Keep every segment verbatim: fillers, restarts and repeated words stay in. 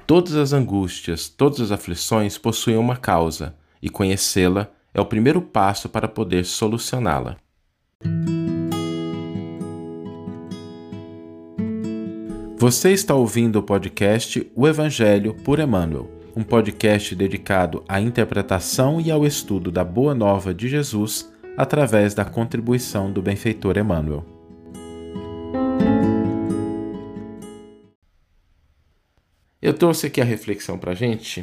Todas as angústias, todas as aflições possuem uma causa, e conhecê-la é o primeiro passo para poder solucioná-la. Você está ouvindo o podcast O Evangelho por Emmanuel, um podcast dedicado à interpretação e ao estudo da Boa Nova de Jesus através da contribuição do benfeitor Emmanuel. Eu trouxe aqui a reflexão para a gente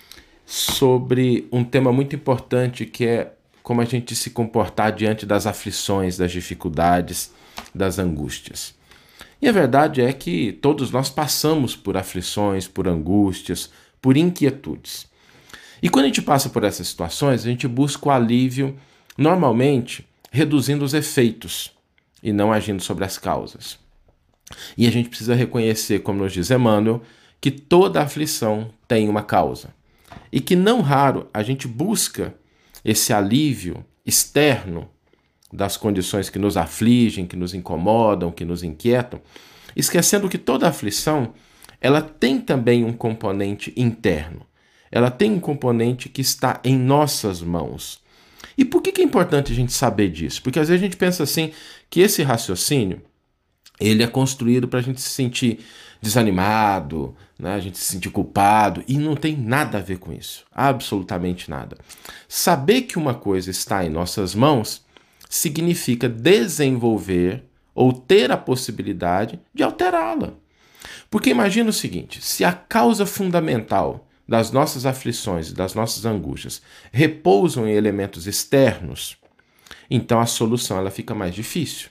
sobre um tema muito importante, que é como a gente se comportar diante das aflições, das dificuldades, das angústias. E a verdade é que todos nós passamos por aflições, por angústias, por inquietudes. E quando a gente passa por essas situações, a gente busca o alívio, normalmente reduzindo os efeitos e não agindo sobre as causas. E a gente precisa reconhecer, como nos diz Emmanuel, que toda aflição tem uma causa. E que não raro a gente busca esse alívio externo das condições que nos afligem, que nos incomodam, que nos inquietam, esquecendo que toda aflição ela tem também um componente interno. Ela tem um componente que está em nossas mãos. E por que é importante a gente saber disso? Porque às vezes a gente pensa assim, que esse raciocínio ele é construído para a gente se sentir desanimado, né? A gente se sentir culpado, e não tem nada a ver com isso, absolutamente nada. Saber que uma coisa está em nossas mãos significa desenvolver ou ter a possibilidade de alterá-la. Porque imagina o seguinte, se a causa fundamental das nossas aflições e das nossas angústias repousam em elementos externos, então a solução ela fica mais difícil.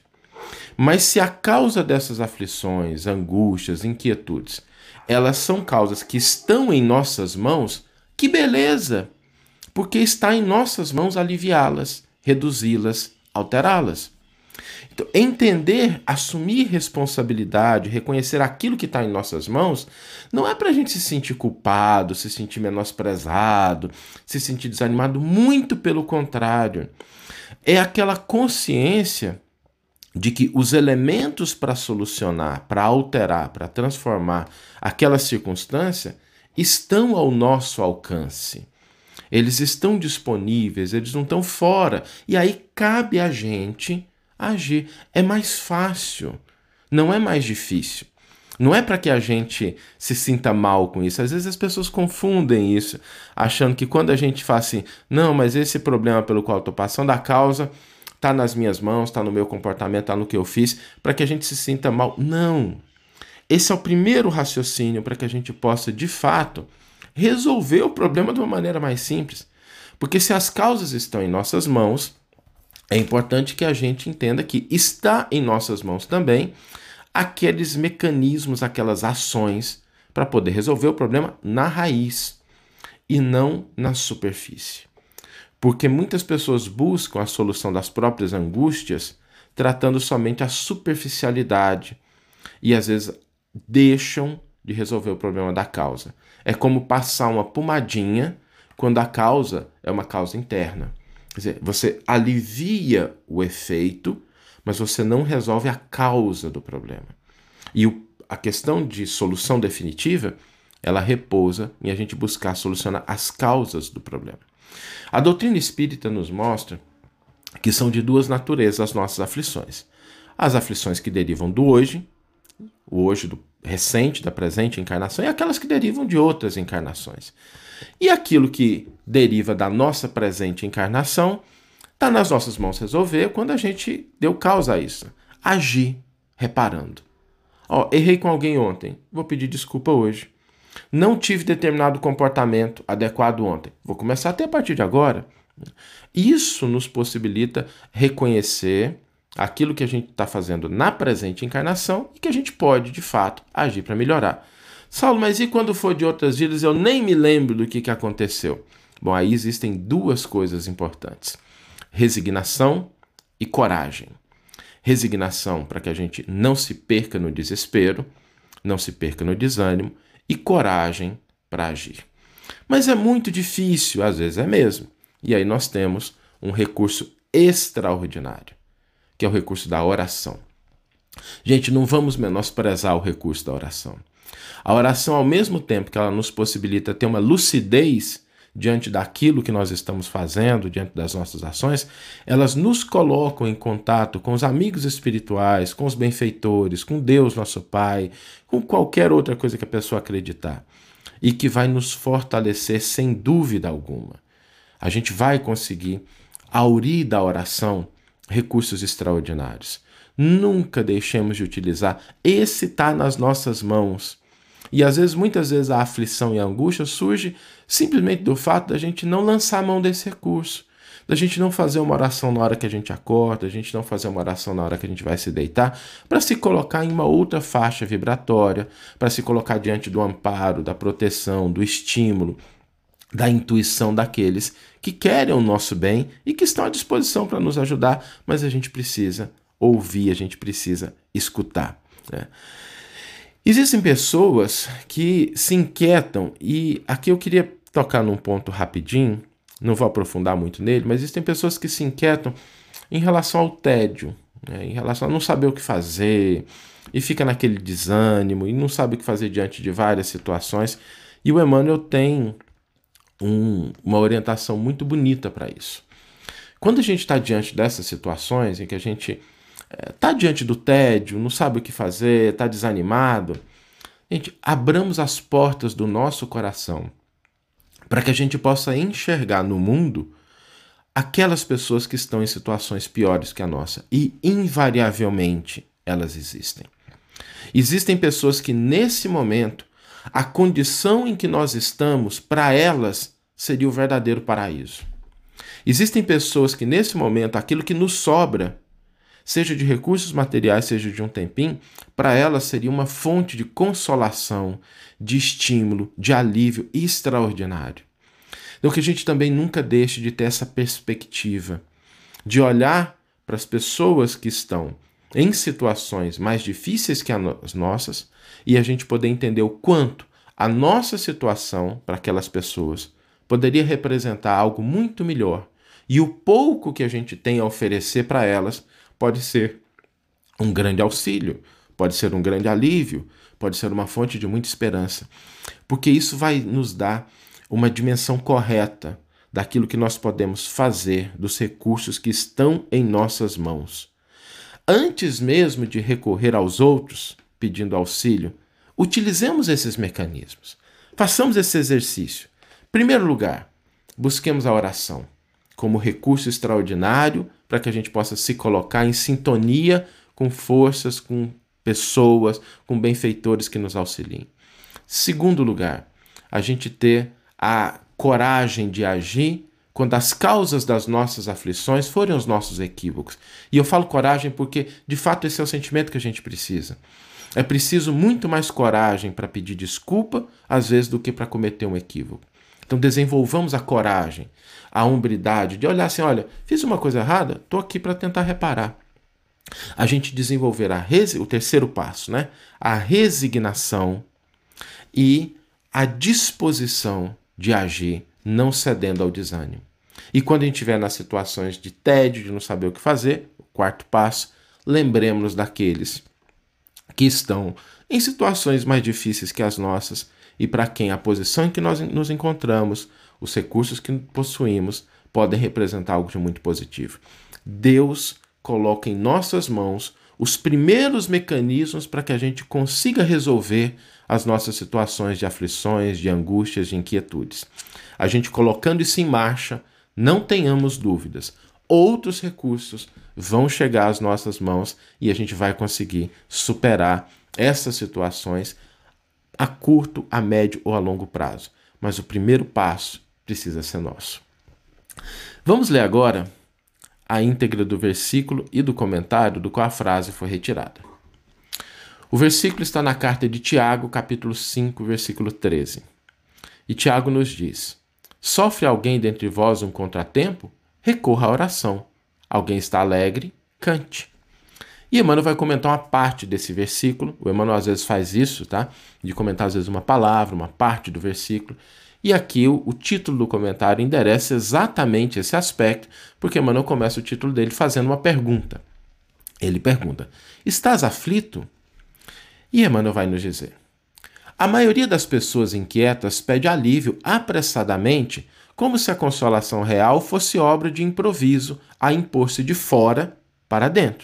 Mas se a causa dessas aflições, angústias, inquietudes, elas são causas que estão em nossas mãos, que beleza! Porque está em nossas mãos aliviá-las, reduzi-las, alterá-las. Então, entender, assumir responsabilidade, reconhecer aquilo que está em nossas mãos, não é para a gente se sentir culpado, se sentir menosprezado, se sentir desanimado, muito pelo contrário. É aquela consciência de que os elementos para solucionar, para alterar, para transformar aquela circunstância estão ao nosso alcance. Eles estão disponíveis, eles não estão fora. E aí cabe a gente agir. É mais fácil, não é mais difícil. Não é para que a gente se sinta mal com isso. Às vezes as pessoas confundem isso, achando que quando a gente fala assim, não, mas esse problema pelo qual eu estou passando, a causa está nas minhas mãos, está no meu comportamento, está no que eu fiz, para que a gente se sinta mal. Não. Esse é o primeiro raciocínio para que a gente possa, de fato, resolver o problema de uma maneira mais simples. Porque se as causas estão em nossas mãos, é importante que a gente entenda que está em nossas mãos também aqueles mecanismos, aquelas ações para poder resolver o problema na raiz e não na superfície. Porque muitas pessoas buscam a solução das próprias angústias tratando somente a superficialidade e às vezes deixam de resolver o problema da causa. É como passar uma pomadinha quando a causa é uma causa interna. Quer dizer, você alivia o efeito, mas você não resolve a causa do problema. E o, a questão de solução definitiva, ela repousa em a gente buscar solucionar as causas do problema. A doutrina espírita nos mostra que são de duas naturezas as nossas aflições. As aflições que derivam do hoje, o hoje do recente, da presente encarnação, e aquelas que derivam de outras encarnações. E aquilo que deriva da nossa presente encarnação está nas nossas mãos resolver quando a gente deu causa a isso. Agir reparando. Ó, errei com alguém ontem, vou pedir desculpa hoje. Não tive determinado comportamento adequado ontem. Vou começar a ter a partir de agora. Isso nos possibilita reconhecer aquilo que a gente está fazendo na presente encarnação e que a gente pode, de fato, agir para melhorar. Saulo, mas e quando for de outras vidas eu nem me lembro do que, que aconteceu? Bom, aí existem duas coisas importantes. Resignação e coragem. Resignação para que a gente não se perca no desespero, não se perca no desânimo, e coragem para agir. Mas é muito difícil, às vezes é mesmo. E aí nós temos um recurso extraordinário, que é o recurso da oração. Gente, não vamos menosprezar o recurso da oração. A oração, ao mesmo tempo que ela nos possibilita ter uma lucidez diante daquilo que nós estamos fazendo, diante das nossas ações, elas nos colocam em contato com os amigos espirituais, com os benfeitores, com Deus, nosso Pai, com qualquer outra coisa que a pessoa acreditar, e que vai nos fortalecer sem dúvida alguma. A gente vai conseguir aurir da oração recursos extraordinários. Nunca deixemos de utilizar. Esse está nas nossas mãos. E às vezes, muitas vezes, a aflição e a angústia surge simplesmente do fato da gente não lançar a mão desse recurso, da gente não fazer uma oração na hora que a gente acorda, da gente não fazer uma oração na hora que a gente vai se deitar, para se colocar em uma outra faixa vibratória, para se colocar diante do amparo, da proteção, do estímulo, da intuição daqueles que querem o nosso bem e que estão à disposição para nos ajudar, mas a gente precisa ouvir, a gente precisa escutar, né? Existem pessoas que se inquietam, e aqui eu queria tocar num ponto rapidinho, não vou aprofundar muito nele, mas existem pessoas que se inquietam em relação ao tédio, né, em relação a não saber o que fazer, e fica naquele desânimo, e não sabe o que fazer diante de várias situações, e o Emmanuel tem um, uma orientação muito bonita para isso. Quando a gente está diante dessas situações em que a gente está diante do tédio, não sabe o que fazer, está desanimado, gente, abramos as portas do nosso coração para que a gente possa enxergar no mundo aquelas pessoas que estão em situações piores que a nossa. E, invariavelmente, elas existem. Existem pessoas que, nesse momento, a condição em que nós estamos, para elas, seria o verdadeiro paraíso. Existem pessoas que, nesse momento, aquilo que nos sobra, seja de recursos materiais, seja de um tempinho, para elas seria uma fonte de consolação, de estímulo, de alívio extraordinário. Então que a gente também nunca deixe de ter essa perspectiva, de olhar para as pessoas que estão em situações mais difíceis que as nossas e a gente poder entender o quanto a nossa situação para aquelas pessoas poderia representar algo muito melhor, e o pouco que a gente tem a oferecer para elas pode ser um grande auxílio, pode ser um grande alívio, pode ser uma fonte de muita esperança, porque isso vai nos dar uma dimensão correta daquilo que nós podemos fazer, dos recursos que estão em nossas mãos. Antes mesmo de recorrer aos outros pedindo auxílio, utilizemos esses mecanismos, façamos esse exercício. Em primeiro lugar, busquemos a oração como recurso extraordinário para que a gente possa se colocar em sintonia com forças, com pessoas, com benfeitores que nos auxiliem. Segundo lugar, a gente ter a coragem de agir quando as causas das nossas aflições forem os nossos equívocos. E eu falo coragem porque, de fato, esse é o sentimento que a gente precisa. É preciso muito mais coragem para pedir desculpa, às vezes, do que para cometer um equívoco. Então desenvolvamos a coragem, a hombridade de olhar assim, olha, fiz uma coisa errada, estou aqui para tentar reparar. A gente desenvolver a resi- o terceiro passo, né? A resignação e a disposição de agir, não cedendo ao desânimo. E quando a gente estiver nas situações de tédio, de não saber o que fazer, o quarto passo, lembremos-nos daqueles que estão em situações mais difíceis que as nossas, e para quem a posição em que nós nos encontramos, os recursos que possuímos, podem representar algo de muito positivo. Deus coloca em nossas mãos os primeiros mecanismos para que a gente consiga resolver as nossas situações de aflições, de angústias, de inquietudes. A gente colocando isso em marcha, não tenhamos dúvidas, outros recursos vão chegar às nossas mãos e a gente vai conseguir superar essas situações a curto, a médio ou a longo prazo. Mas o primeiro passo precisa ser nosso. Vamos ler agora a íntegra do versículo e do comentário do qual a frase foi retirada. O versículo está na carta de Tiago, capítulo cinco, versículo treze. E Tiago nos diz: sofre alguém dentre vós um contratempo? Recorra à oração. Alguém está alegre? Cante. E Emmanuel vai comentar uma parte desse versículo. O Emmanuel às vezes faz isso, tá? De comentar às vezes uma palavra, uma parte do versículo. E aqui o, o título do comentário endereça exatamente esse aspecto, porque Emmanuel começa o título dele fazendo uma pergunta. Ele pergunta: estás aflito? E Emmanuel vai nos dizer: A maioria das pessoas inquietas pede alívio apressadamente, como se a consolação real fosse obra de improviso a impor-se de fora para dentro.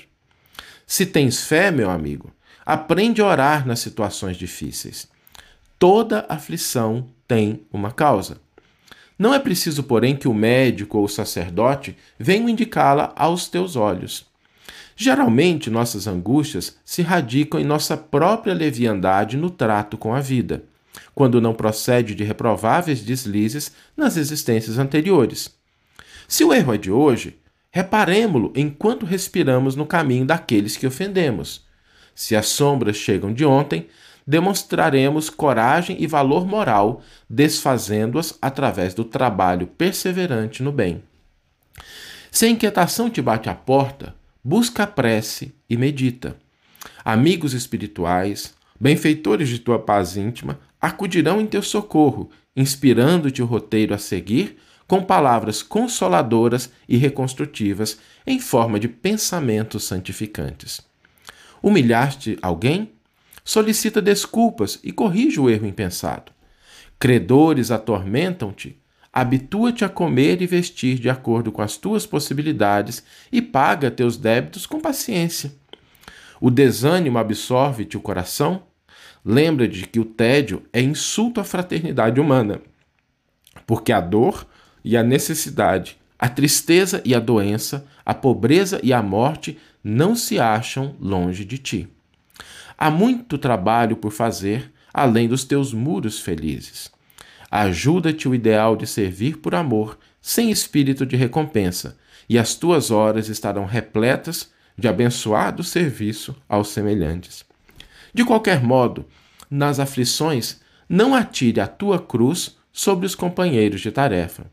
Se tens fé, meu amigo, aprende a orar nas situações difíceis. Toda aflição tem uma causa. Não é preciso, porém, que o médico ou o sacerdote venham indicá-la aos teus olhos. Geralmente, nossas angústias se radicam em nossa própria leviandade no trato com a vida, quando não procede de reprováveis deslizes nas existências anteriores. Se o erro é de hoje, reparemo-lo enquanto respiramos no caminho daqueles que ofendemos. Se as sombras chegam de ontem, demonstraremos coragem e valor moral, desfazendo-as através do trabalho perseverante no bem. Se a inquietação te bate à porta, busca a prece e medita. Amigos espirituais, benfeitores de tua paz íntima, acudirão em teu socorro, inspirando-te o roteiro a seguir com palavras consoladoras e reconstrutivas em forma de pensamentos santificantes. Humilhaste alguém? Solicita desculpas e corrige o erro impensado. Credores atormentam-te? Habitua-te a comer e vestir de acordo com as tuas possibilidades e paga teus débitos com paciência. O desânimo absorve-te o coração? Lembra-te que o tédio é insulto à fraternidade humana, porque a dor e a necessidade, a tristeza e a doença, a pobreza e a morte não se acham longe de ti. Há muito trabalho por fazer, além dos teus muros felizes. Ajuda-te o ideal de servir por amor, sem espírito de recompensa, e as tuas horas estarão repletas de abençoado serviço aos semelhantes. De qualquer modo, nas aflições, não atire a tua cruz sobre os companheiros de tarefa.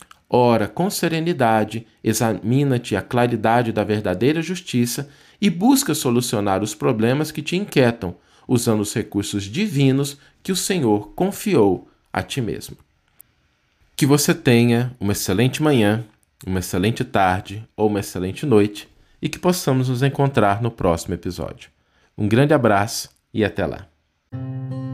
Ora com serenidade, examina-te a claridade da verdadeira justiça e busca solucionar os problemas que te inquietam, usando os recursos divinos que o Senhor confiou a ti mesmo. Que você tenha uma excelente manhã, uma excelente tarde ou uma excelente noite e que possamos nos encontrar no próximo episódio. Um grande abraço e até lá.